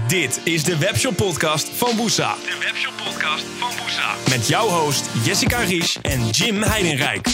Dit is de Webshop Podcast van Woesa. De Webshop Podcast van Woesa. Met jouw host Jessica Ries en Jim Heidenrijk.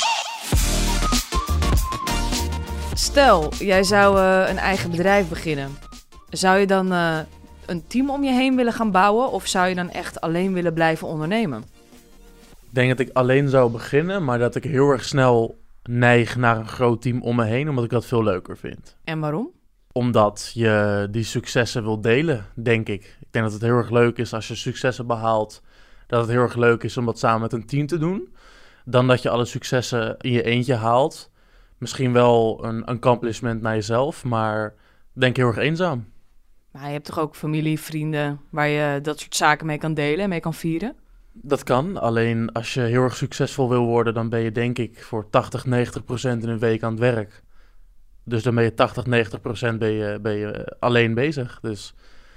Stel, jij zou een eigen bedrijf beginnen. Zou je dan een team om je heen willen gaan bouwen? Of zou je dan echt alleen willen blijven ondernemen? Ik denk dat ik alleen zou beginnen, maar dat ik heel erg snel neig naar een groot team om me heen, omdat ik dat veel leuker vind. En waarom? Omdat je die successen wil delen, denk ik. Ik denk dat het heel erg leuk is als je successen behaalt, dat het heel erg leuk is om dat samen met een team te doen, dan dat je alle successen in je eentje haalt. Misschien wel een accomplishment naar jezelf, maar denk heel erg eenzaam. Maar je hebt toch ook familie, vrienden waar je dat soort zaken mee kan delen en mee kan vieren? Dat kan, alleen als je heel erg succesvol wil worden, dan ben je denk ik voor 80-90% in een week aan het werk. Dus dan ben je 80-90% ben je alleen bezig. Dus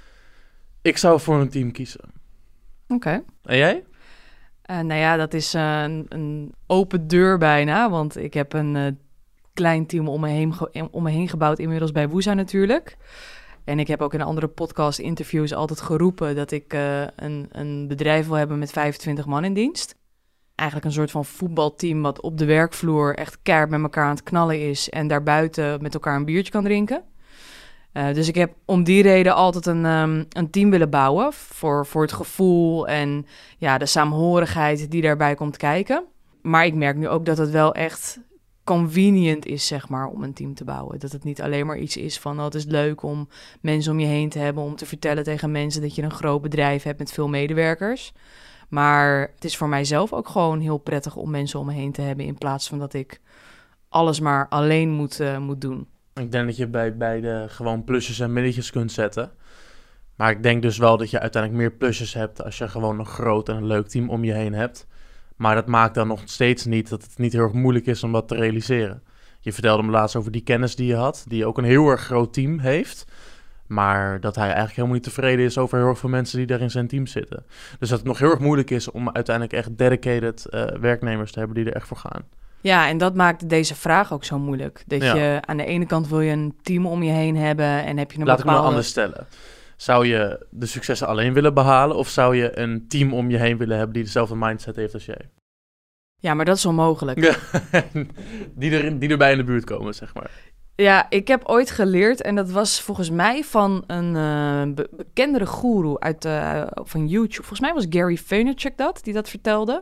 ik zou voor een team kiezen. Oké. En jij? Nou ja, dat is een open deur bijna, want ik heb een klein team om me heen gebouwd, inmiddels bij Woesa natuurlijk. En ik heb ook in andere podcast-interviews altijd geroepen dat ik een bedrijf wil hebben met 25 man in dienst. Eigenlijk een soort van voetbalteam wat op de werkvloer echt keihard met elkaar aan het knallen is en daarbuiten met elkaar een biertje kan drinken. Dus ik heb om die reden altijd een team willen bouwen voor het gevoel en ja, de saamhorigheid die daarbij komt kijken. Maar ik merk nu ook dat het wel echt convenient is, zeg maar, om een team te bouwen. Dat het niet alleen maar iets is van, het is leuk om mensen om je heen te hebben, om te vertellen tegen mensen dat je een groot bedrijf hebt met veel medewerkers. Maar het is voor mijzelf ook gewoon heel prettig om mensen om me heen te hebben, in plaats van dat ik alles maar alleen moet doen. Ik denk dat je bij beide gewoon plusjes en minnetjes kunt zetten. Maar ik denk dus wel dat je uiteindelijk meer plusjes hebt als je gewoon een groot en een leuk team om je heen hebt. Maar dat maakt dan nog steeds niet dat het niet heel erg moeilijk is om dat te realiseren. Je vertelde me laatst over die kennis die je had, die ook een heel erg groot team heeft. Maar dat hij eigenlijk helemaal niet tevreden is over heel erg veel mensen die daar in zijn team zitten. Dus dat het nog heel erg moeilijk is om uiteindelijk echt dedicated werknemers te hebben die er echt voor gaan. Ja, en dat maakt deze vraag ook zo moeilijk. Dat je aan de ene kant wil je een team om je heen hebben en heb je een Laat ik me bepaalde... anders stellen. Zou je de successen alleen willen behalen of zou je een team om je heen willen hebben die dezelfde mindset heeft als jij? Ja, maar dat is onmogelijk. die erbij in de buurt komen, zeg maar. Ja, ik heb ooit geleerd, en dat was volgens mij van een bekendere goeroe van YouTube. Volgens mij was Gary Vaynerchuk die dat vertelde.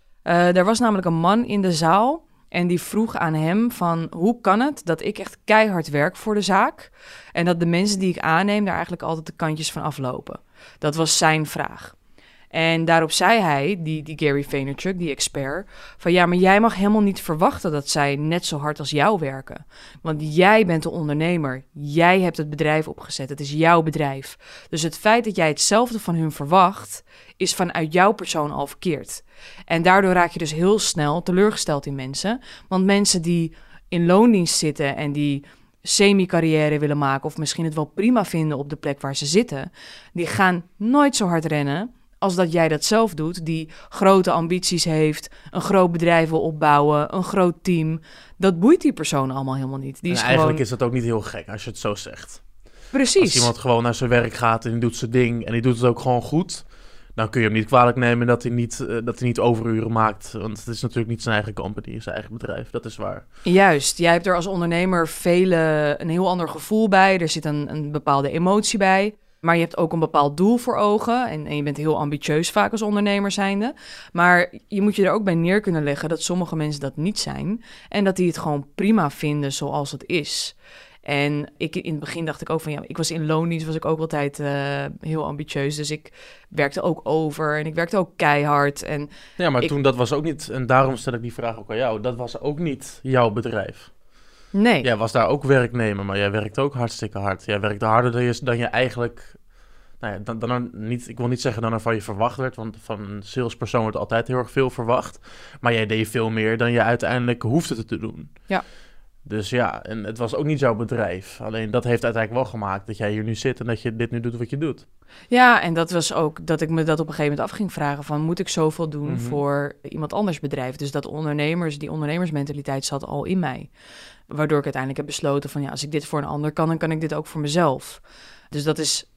Er was namelijk een man in de zaal en die vroeg aan hem van, hoe kan het dat ik echt keihard werk voor de zaak en dat de mensen die ik aanneem daar eigenlijk altijd de kantjes van aflopen? Dat was zijn vraag. En daarop zei hij, die Gary Vaynerchuk, die expert, van ja, maar jij mag helemaal niet verwachten dat zij net zo hard als jou werken. Want jij bent de ondernemer, jij hebt het bedrijf opgezet, het is jouw bedrijf. Dus het feit dat jij hetzelfde van hun verwacht, is vanuit jouw persoon al verkeerd. En daardoor raak je dus heel snel teleurgesteld in mensen. Want mensen die in loondienst zitten en die semi-carrière willen maken of misschien het wel prima vinden op de plek waar ze zitten, die gaan nooit zo hard rennen als dat jij dat zelf doet, die grote ambities heeft, een groot bedrijf wil opbouwen, een groot team. Dat boeit die persoon allemaal helemaal niet. Die is eigenlijk is dat ook niet heel gek als je het zo zegt. Precies. Als iemand gewoon naar zijn werk gaat en die doet zijn ding en die doet het ook gewoon goed, dan kun je hem niet kwalijk nemen dat hij niet overuren maakt. Want het is natuurlijk niet zijn eigen company, zijn eigen bedrijf. Dat is waar. Juist. Jij hebt er als ondernemer een heel ander gevoel bij. Er zit een bepaalde emotie bij. Maar je hebt ook een bepaald doel voor ogen. En je bent heel ambitieus vaak als ondernemer zijnde. Maar je moet je er ook bij neer kunnen leggen dat sommige mensen dat niet zijn. En dat die het gewoon prima vinden zoals het is. En in het begin dacht ik ook van ja, ik was in loondienst, was ik ook altijd heel ambitieus. Dus ik werkte ook over en ik werkte ook keihard. En ja, maar toen dat was ook niet, en daarom stel ik die vraag ook aan jou, dat was ook niet jouw bedrijf. Nee. Jij was daar ook werknemer, maar jij werkte ook hartstikke hard. Jij werkte harder dan je eigenlijk, nou ja, dan niet, ik wil niet zeggen dan er van je verwacht werd, want van een salespersoon wordt altijd heel erg veel verwacht. Maar jij deed veel meer dan je uiteindelijk hoefde te doen. Ja. Dus ja, en het was ook niet jouw bedrijf. Alleen dat heeft uiteindelijk wel gemaakt dat jij hier nu zit en dat je dit nu doet wat je doet. Ja, en dat was ook dat ik me dat op een gegeven moment af ging vragen van, moet ik zoveel doen voor iemand anders bedrijf? Dus die ondernemersmentaliteit zat al in mij. Waardoor ik uiteindelijk heb besloten van, ja, als ik dit voor een ander kan, dan kan ik dit ook voor mezelf. Dus dat is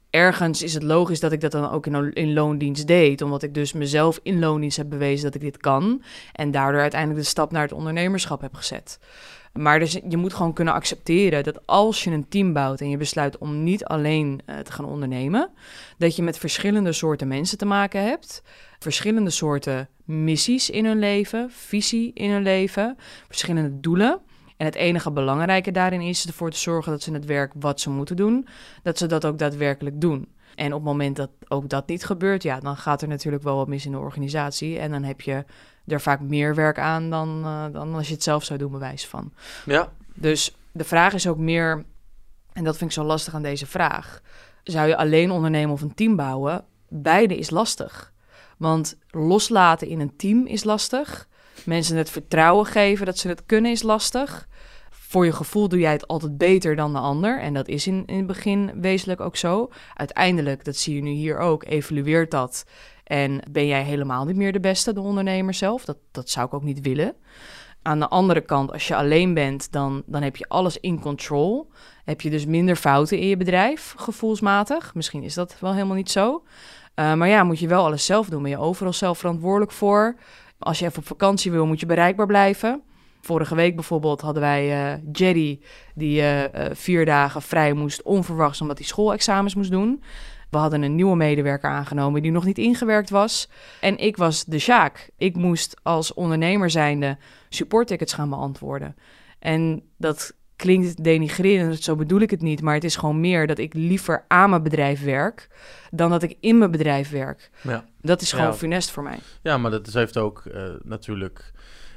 ergens is het logisch dat ik dat dan ook in loondienst deed, omdat ik dus mezelf in loondienst heb bewezen dat ik dit kan en daardoor uiteindelijk de stap naar het ondernemerschap heb gezet. Maar dus je moet gewoon kunnen accepteren dat als je een team bouwt en je besluit om niet alleen te gaan ondernemen, dat je met verschillende soorten mensen te maken hebt, verschillende soorten missies in hun leven, visie in hun leven, verschillende doelen. En het enige belangrijke daarin is ervoor te zorgen dat ze het werk wat ze moeten doen, dat ze dat ook daadwerkelijk doen. En op het moment dat ook dat niet gebeurt, ja, dan gaat er natuurlijk wel wat mis in de organisatie. En dan heb je er vaak meer werk aan dan als je het zelf zou doen, bewijs van. Ja. Dus de vraag is ook meer, en dat vind ik zo lastig aan deze vraag, zou je alleen ondernemen of een team bouwen? Beide is lastig. Want loslaten in een team is lastig. Mensen het vertrouwen geven dat ze het kunnen is lastig. Voor je gevoel doe jij het altijd beter dan de ander. En dat is in het begin wezenlijk ook zo. Uiteindelijk, dat zie je nu hier ook, evolueert dat. En ben jij helemaal niet meer de beste, de ondernemer zelf. Dat zou ik ook niet willen. Aan de andere kant, als je alleen bent, dan heb je alles in control. Heb je dus minder fouten in je bedrijf, gevoelsmatig. Misschien is dat wel helemaal niet zo. Maar ja, moet je wel alles zelf doen. Ben je overal zelf verantwoordelijk voor. Als je even op vakantie wil, moet je bereikbaar blijven. Vorige week bijvoorbeeld hadden wij Jerry, die 4 dagen vrij moest, onverwachts, omdat hij schoolexamens moest doen. We hadden een nieuwe medewerker aangenomen die nog niet ingewerkt was. En ik was de Sjaak. Ik moest als ondernemer zijnde supporttickets gaan beantwoorden. En dat klinkt denigrerend, zo bedoel ik het niet. Maar het is gewoon meer dat ik liever aan mijn bedrijf werk dan dat ik in mijn bedrijf werk. Ja. Dat is gewoon funest voor mij. Ja, maar dat heeft ook natuurlijk...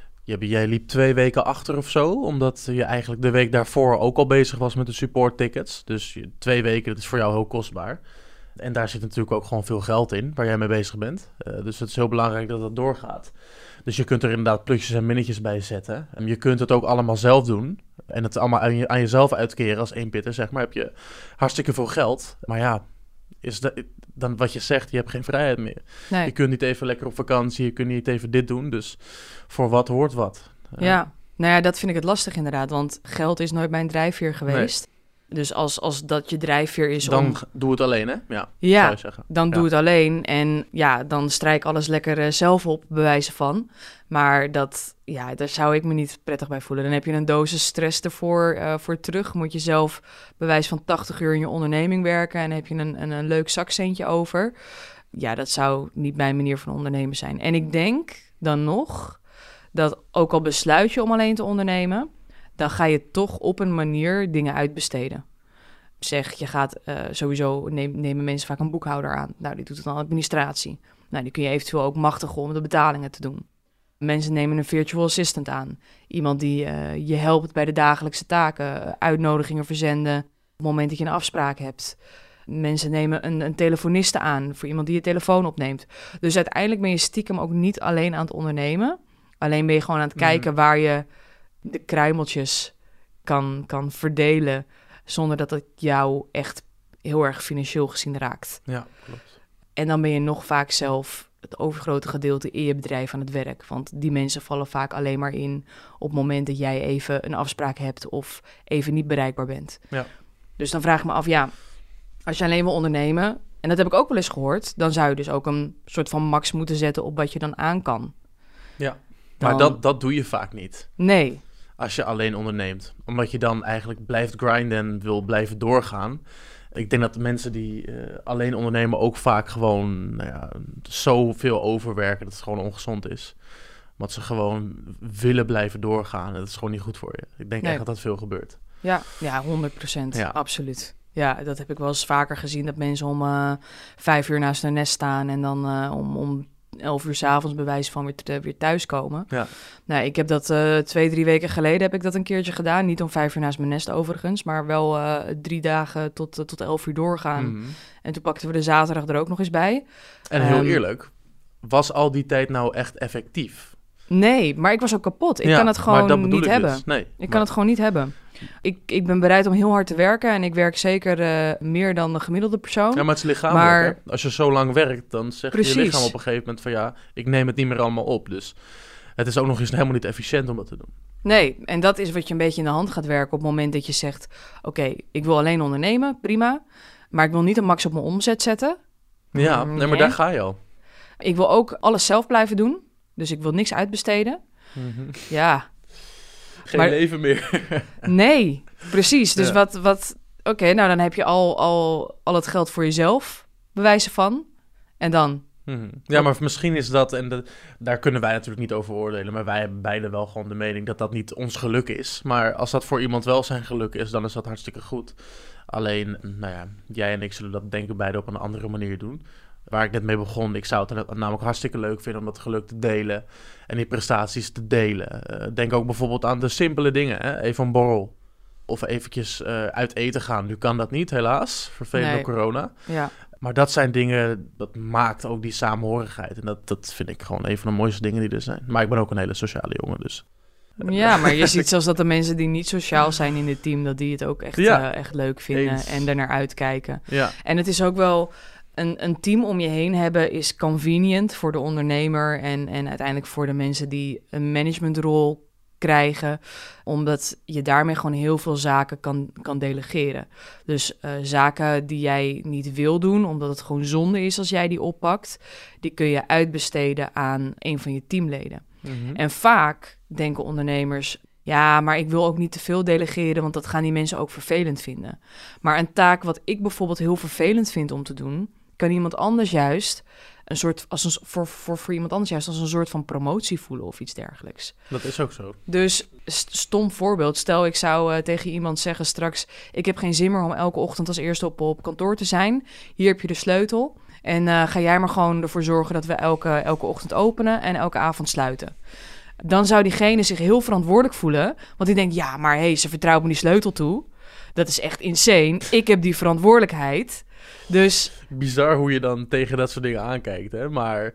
Jij liep 2 weken achter of zo, omdat je eigenlijk de week daarvoor ook al bezig was met de supporttickets. Dus 2 weken, dat is voor jou heel kostbaar. En daar zit natuurlijk ook gewoon veel geld in, waar jij mee bezig bent. Dus het is heel belangrijk dat dat doorgaat. Dus je kunt er inderdaad plusjes en minnetjes bij zetten. En je kunt het ook allemaal zelf doen. En het allemaal aan jezelf uitkeren als eenpitter, zeg maar. Heb je hartstikke veel geld. Maar ja, is dat, dan wat je zegt, je hebt geen vrijheid meer. Nee. Je kunt niet even lekker op vakantie, je kunt niet even dit doen. Dus voor wat hoort wat. Ja, nou ja, dat vind ik het lastig inderdaad. Want geld is nooit mijn drijfveer geweest. Nee. Dus als dat je drijfveer is dan doe het alleen, hè? Ja, zou je zeggen. Dan doe het alleen. En ja, dan strijk alles lekker zelf op, bewijzen van. Maar daar zou ik me niet prettig bij voelen. Dan heb je een dosis stress ervoor voor terug. Moet je zelf bewijs van 80 uur in je onderneming werken. En heb je een leuk zakcentje over. Ja, dat zou niet mijn manier van ondernemen zijn. En ik denk dan nog dat ook al besluit je om alleen te ondernemen, dan ga je toch op een manier dingen uitbesteden. Zeg, je gaat sowieso, nemen mensen vaak een boekhouder aan. Nou, die doet het dan administratie. Nou, die kun je eventueel ook machtigen om de betalingen te doen. Mensen nemen een virtual assistant aan. Iemand die je helpt bij de dagelijkse taken. Uitnodigingen verzenden op het moment dat je een afspraak hebt. Mensen nemen een telefoniste aan voor iemand die je telefoon opneemt. Dus uiteindelijk ben je stiekem ook niet alleen aan het ondernemen. Alleen ben je gewoon aan het kijken waar je de kruimeltjes kan verdelen, zonder dat het jou echt heel erg financieel gezien raakt. Ja, klopt. En dan ben je nog vaak zelf het overgrote gedeelte in je bedrijf aan het werk. Want die mensen vallen vaak alleen maar in op het moment dat jij even een afspraak hebt of even niet bereikbaar bent. Ja. Dus dan vraag ik me af, ja, als je alleen wil ondernemen, en dat heb ik ook wel eens gehoord, dan zou je dus ook een soort van max moeten zetten op wat je dan aan kan. Ja, maar dat doe je vaak niet. Nee. Als je alleen onderneemt. Omdat je dan eigenlijk blijft grinden en wil blijven doorgaan. Ik denk dat de mensen die alleen ondernemen ook vaak gewoon zoveel overwerken dat het gewoon ongezond is. Want ze gewoon willen blijven doorgaan. Dat is gewoon niet goed voor je. Ik denk echt dat dat veel gebeurt. Ja, 100%. Ja. Absoluut. Ja, dat heb ik wel eens vaker gezien. Dat mensen om 5 uur naast hun nest staan en dan om 11 uur 's avonds bewijs van weer thuiskomen. Ja. Nou, ik heb dat 2-3 weken geleden heb ik dat een keertje gedaan. Niet om 5 uur naast mijn nest overigens, maar wel 3 dagen tot 11 uur doorgaan. Mm-hmm. En toen pakten we de zaterdag er ook nog eens bij. En heel eerlijk, was al die tijd nou echt effectief? Nee, maar ik was ook kapot. Ik kan het gewoon niet hebben. Dus. Nee, ik kan het gewoon niet hebben. Ik ben bereid om heel hard te werken en ik werk zeker meer dan de gemiddelde persoon. Ja, maar het is lichamelijk. Hè? Als je zo lang werkt, dan zegt je lichaam op een gegeven moment van ik neem het niet meer allemaal op. Dus het is ook nog eens helemaal niet efficiënt om dat te doen. Nee, en dat is wat je een beetje in de hand gaat werken op het moment dat je zegt, oké, ik wil alleen ondernemen, prima. Maar ik wil niet een max op mijn omzet zetten. Ja, nee, maar daar ga je al. Ik wil ook alles zelf blijven doen. Dus ik wil niks uitbesteden. Ja. Geen leven meer. Nee, precies. Dus Oké, nou dan heb je al het geld voor jezelf, bewijzen van. En dan? Ja, maar misschien is dat, en daar kunnen wij natuurlijk niet over oordelen, maar wij hebben beide wel gewoon de mening dat dat niet ons geluk is. Maar als dat voor iemand wel zijn geluk is, dan is dat hartstikke goed. Alleen, nou ja, jij en ik zullen dat denk ik beide op een andere manier doen. Waar ik net mee begon, ik zou het namelijk hartstikke leuk vinden om dat geluk te delen en die prestaties te delen. Denk ook bijvoorbeeld aan de simpele dingen, hè? Even een borrel. Of eventjes uit eten gaan. Nu kan dat niet, helaas. Vervelend door corona. Ja. Maar dat zijn dingen, dat maakt ook die samenhorigheid. En dat vind ik gewoon een van de mooiste dingen die er zijn. Maar ik ben ook een hele sociale jongen, dus... Ja, maar je ziet zelfs dat de mensen die niet sociaal zijn in het team, dat die het ook echt leuk vinden en er naar uitkijken. Ja. En het is ook wel... Een team om je heen hebben is convenient voor de ondernemer en uiteindelijk voor de mensen die een managementrol krijgen, omdat je daarmee gewoon heel veel zaken kan delegeren. Dus zaken die jij niet wil doen, omdat het gewoon zonde is als jij die oppakt, die kun je uitbesteden aan een van je teamleden. Mm-hmm. En vaak denken ondernemers, ja, maar ik wil ook niet te veel delegeren, want dat gaan die mensen ook vervelend vinden. Maar een taak wat ik bijvoorbeeld heel vervelend vind om te doen, kan iemand anders juist voor iemand anders juist als een soort van promotie voelen of iets dergelijks. Dat is ook zo. Dus stom voorbeeld. Stel, ik zou tegen iemand zeggen straks, ik heb geen zin meer om elke ochtend als eerste op kantoor te zijn. Hier heb je de sleutel. En ga jij maar gewoon ervoor zorgen dat we elke ochtend openen en elke avond sluiten. Dan zou diegene zich heel verantwoordelijk voelen, want die denkt, ja, maar ze vertrouwt me die sleutel toe. Dat is echt insane. Ik heb die verantwoordelijkheid. Dus... Bizar hoe je dan tegen dat soort dingen aankijkt, hè? Maar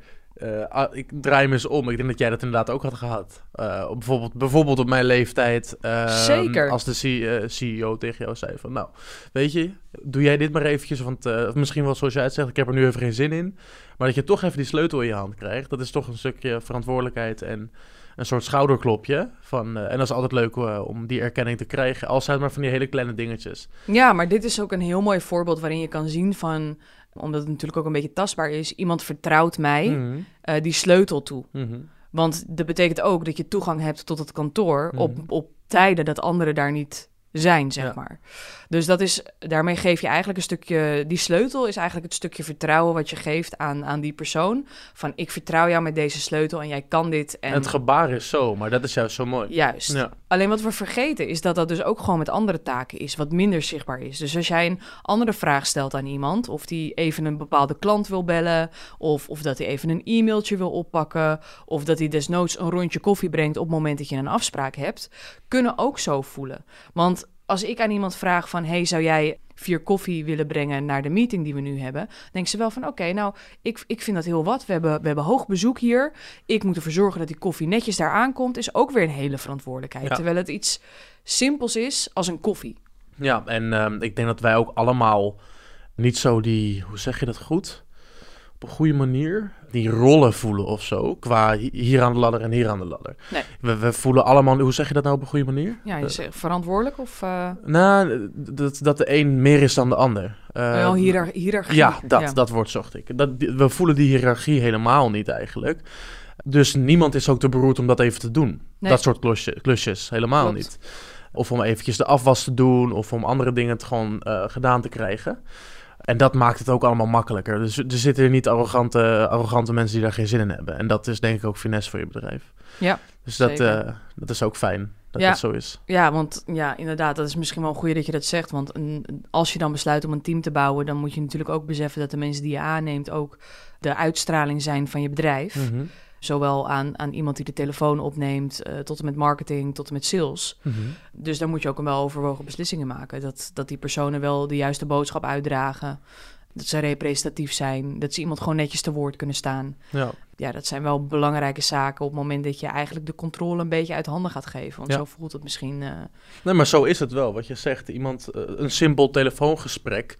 ik draai me eens om. Ik denk dat jij dat inderdaad ook had gehad. Bijvoorbeeld op mijn leeftijd. Zeker. Als de CEO tegen jou zei van, nou, weet je, doe jij dit maar eventjes, want misschien wel zoals jij het zegt, ik heb er nu even geen zin in. Maar dat je toch even die sleutel in je hand krijgt, dat is toch een stukje verantwoordelijkheid en een soort schouderklopje. En dat is altijd leuk om die erkenning te krijgen, al zijn het maar van die hele kleine dingetjes. Ja, maar dit is ook een heel mooi voorbeeld waarin je kan zien van, omdat het natuurlijk ook een beetje tastbaar is, iemand vertrouwt mij die sleutel toe. Mm-hmm. Want dat betekent ook dat je toegang hebt tot het kantoor op tijden dat anderen daar niet zijn, zeg maar. Dus daarmee geef je eigenlijk een stukje, die sleutel is eigenlijk het stukje vertrouwen wat je geeft aan die persoon. Van, ik vertrouw jou met deze sleutel en jij kan dit. En het gebaar is zo, maar dat is juist zo mooi. Juist. Ja. Alleen wat we vergeten is dat dus ook gewoon met andere taken is, wat minder zichtbaar is. Dus als jij een andere vraag stelt aan iemand, of die even een bepaalde klant wil bellen, of dat hij even een e-mailtje wil oppakken, of dat hij desnoods een rondje koffie brengt op het moment dat je een afspraak hebt, kunnen ook zo voelen. Want als ik aan iemand vraag van, zou jij 4 koffie willen brengen naar de meeting die we nu hebben, denken ze wel van, oké, nou, ik vind dat heel wat. We hebben hoog bezoek hier. Ik moet ervoor zorgen dat die koffie netjes daar aankomt, is ook weer een hele verantwoordelijkheid. Ja. Terwijl het iets simpels is als een koffie. Ja, en ik denk dat wij ook allemaal niet zo hoe zeg je dat goed? Op een goede manier die rollen voelen of zo, qua hier aan de ladder en hier aan de ladder. Nee. We voelen allemaal, hoe zeg je dat nou op een goede manier? Ja, je zegt verantwoordelijk of... Nou, dat de een meer is dan de ander. Hiërarchie. Ja, dat woord zocht ik. We voelen die hiërarchie helemaal niet eigenlijk. Dus niemand is ook te beroerd om dat even te doen. Nee. Dat soort klusjes, helemaal Klopt. Niet. Of om eventjes de afwas te doen, of om andere dingen gewoon gedaan te krijgen. En dat maakt het ook allemaal makkelijker. Dus er zitten er niet arrogante mensen die daar geen zin in hebben. En dat is denk ik ook finesse voor je bedrijf. Ja, dus dat is ook fijn dat dat zo is. Ja, want inderdaad, dat is misschien wel een goeie dat je dat zegt. Want als je dan besluit om een team te bouwen, dan moet je natuurlijk ook beseffen dat de mensen die je aanneemt ook de uitstraling zijn van je bedrijf. Mm-hmm. Zowel aan iemand die de telefoon opneemt, tot en met marketing, tot en met sales. Mm-hmm. Dus daar moet je ook een wel overwogen beslissingen maken. Dat die personen wel de juiste boodschap uitdragen. Dat ze representatief zijn. Dat ze iemand gewoon netjes te woord kunnen staan. Ja, dat zijn wel belangrijke zaken op het moment dat je eigenlijk de controle een beetje uit handen gaat geven. Want zo voelt het misschien... Nee, maar zo is het wel. Wat je zegt, een simpel telefoongesprek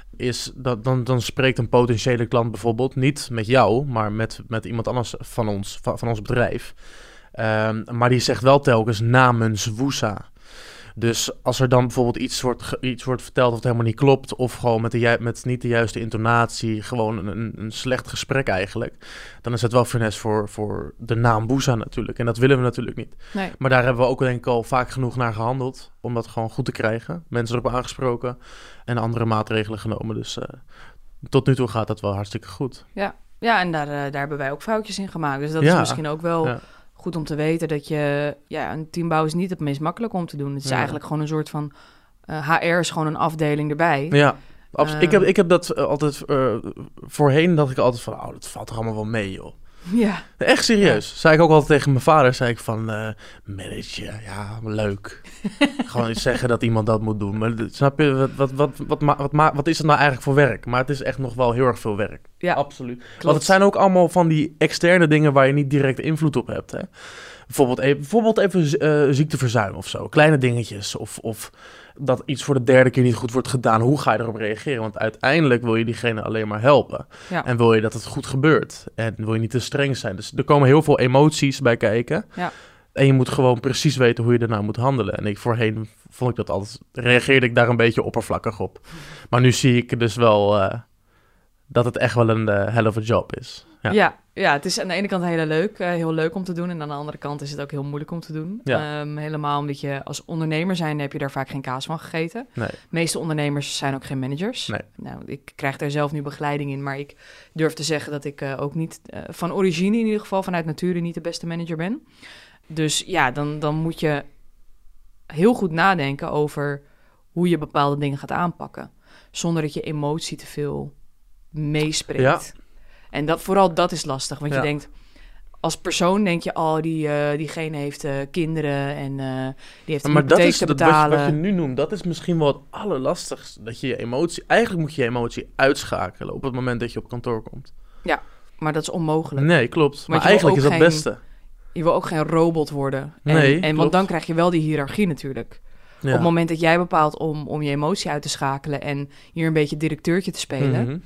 is dan spreekt een potentiële klant bijvoorbeeld niet met jou, maar met iemand anders van ons bedrijf. Maar die zegt wel telkens namens Woesa. Dus als er dan bijvoorbeeld iets wordt verteld wat helemaal niet klopt, of gewoon met niet de juiste intonatie, gewoon een slecht gesprek eigenlijk, dan is het wel funest voor de naam Boosa natuurlijk. En dat willen we natuurlijk niet. Nee. Maar daar hebben we ook denk ik al vaak genoeg naar gehandeld, om dat gewoon goed te krijgen. Mensen erop aangesproken en andere maatregelen genomen. Dus tot nu toe gaat dat wel hartstikke goed. Ja, en daar hebben wij ook foutjes in gemaakt. Dus dat is misschien ook wel goed om te weten dat een teambouw is niet het meest makkelijk om te doen. Het is eigenlijk gewoon een soort van HR is gewoon een afdeling erbij. Ja, ik heb dat altijd voorheen dacht ik altijd van, dat valt er allemaal wel mee, joh. Ja. Echt serieus. Ja. Zei ik ook altijd tegen mijn vader, zei ik van, manager, ja, leuk. Gewoon iets zeggen dat iemand dat moet doen. Maar snap je, wat is het nou eigenlijk voor werk? Maar het is echt nog wel heel erg veel werk. Ja, absoluut. Klopt. Want het zijn ook allemaal van die externe dingen waar je niet direct invloed op hebt, hè. Bijvoorbeeld even ziekteverzuim of zo. Kleine dingetjes. Of dat iets voor de 3e keer niet goed wordt gedaan. Hoe ga je erop reageren? Want uiteindelijk wil je diegene alleen maar helpen. Ja. En wil je dat het goed gebeurt. En wil je niet te streng zijn. Dus er komen heel veel emoties bij kijken. Ja. En je moet gewoon precies weten hoe je daarna moet handelen. En voorheen vond ik dat altijd, reageerde ik daar een beetje oppervlakkig op. Maar nu zie ik dus wel dat het echt wel een hell of a job is. Ja, het is aan de ene kant heel leuk om te doen. En aan de andere kant is het ook heel moeilijk om te doen. Ja. Helemaal omdat je als ondernemer zijn, heb je daar vaak geen kaas van gegeten. Nee. De meeste ondernemers zijn ook geen managers. Nee. Nou, ik krijg daar zelf nu begeleiding in, maar ik durf te zeggen dat ik ook niet, van origine in ieder geval, vanuit nature niet de beste manager ben. Dus ja, dan moet je heel goed nadenken over hoe je bepaalde dingen gaat aanpakken. Zonder dat je emotie te veel meespreekt. Ja. En vooral dat is lastig, want je denkt, als persoon denk je, diegene heeft kinderen en die heeft een hypotheek te betalen. Wat je nu noemt, dat is misschien wel het allerlastigste. Dat je je emotie, eigenlijk moet je je emotie uitschakelen op het moment dat je op kantoor komt. Ja, maar dat is onmogelijk. Nee, klopt. Maar eigenlijk is dat het beste. Je wil ook geen robot worden. Want dan krijg je wel die hiërarchie natuurlijk. Ja. Op het moment dat jij bepaalt om je emotie uit te schakelen en hier een beetje directeurtje te spelen,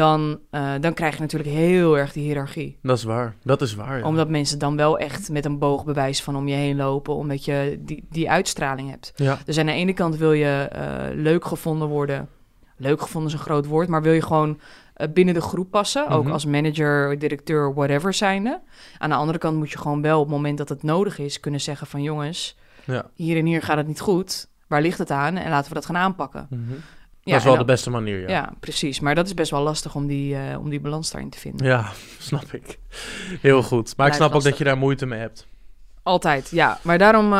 dan krijg je natuurlijk heel erg die hiërarchie. Dat is waar. Ja. Omdat mensen dan wel echt met een boogbewijs van om je heen lopen, omdat je die uitstraling hebt. Ja. Dus aan de ene kant wil je leuk gevonden worden. Leuk gevonden is een groot woord, maar wil je gewoon binnen de groep passen. Ook als manager, directeur, whatever zijnde. Aan de andere kant moet je gewoon wel op het moment dat het nodig is kunnen zeggen van jongens, hier en hier gaat het niet goed. Waar ligt het aan? En laten we dat gaan aanpakken. Dat is wel de beste manier, ja. Ja, precies. Maar dat is best wel lastig om die balans daarin te vinden. Ja, snap ik. Heel goed. Maar ik snap ook dat je daar moeite mee hebt. Altijd, ja. Maar daarom,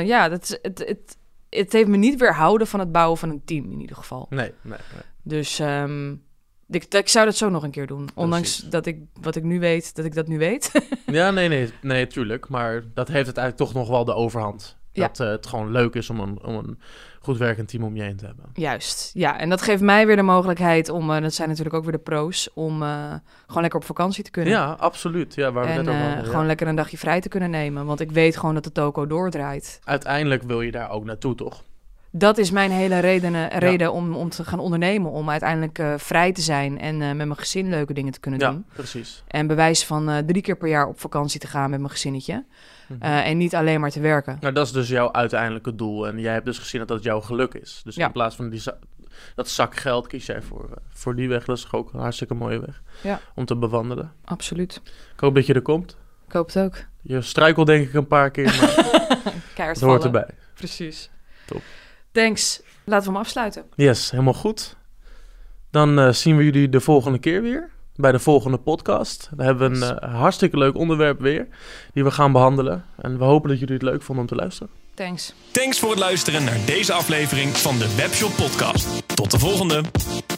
het heeft me niet weerhouden van het bouwen van een team in ieder geval. Nee. Dus ik zou dat zo nog een keer doen. Ondanks dat wat ik nu weet, dat ik dat nu weet. Ja, nee, tuurlijk. Maar dat heeft het eigenlijk toch nog wel de overhand. Dat het gewoon leuk is om een goed werkend team om je heen te hebben. Juist, ja. En dat geeft mij weer de mogelijkheid om, dat zijn natuurlijk ook weer de pro's, om gewoon lekker op vakantie te kunnen. Ja, absoluut. Ja, waar we net over hadden. Gewoon lekker een dagje vrij te kunnen nemen. Want ik weet gewoon dat de toko doordraait. Uiteindelijk wil je daar ook naartoe, toch? Dat is mijn hele reden om te gaan ondernemen. Om uiteindelijk vrij te zijn en met mijn gezin leuke dingen te kunnen doen. Ja, precies. En bewijs van 3 keer per jaar op vakantie te gaan met mijn gezinnetje. En niet alleen maar te werken. Nou, dat is dus jouw uiteindelijke doel. En jij hebt dus gezien dat dat jouw geluk is. Dus in plaats van dat zak geld kies jij voor die weg. Dat is ook een hartstikke mooie weg om te bewandelen. Absoluut. Ik hoop dat je er komt. Ik hoop het ook. Je struikelt denk ik een paar keer, maar het hoort erbij. Precies. Top. Thanks. Laten we hem afsluiten. Yes, helemaal goed. Dan zien we jullie de volgende keer weer. Bij de volgende podcast. We hebben een hartstikke leuk onderwerp weer. Die we gaan behandelen. En we hopen dat jullie het leuk vonden om te luisteren. Thanks. Thanks voor het luisteren naar deze aflevering van de Webshop Podcast. Tot de volgende.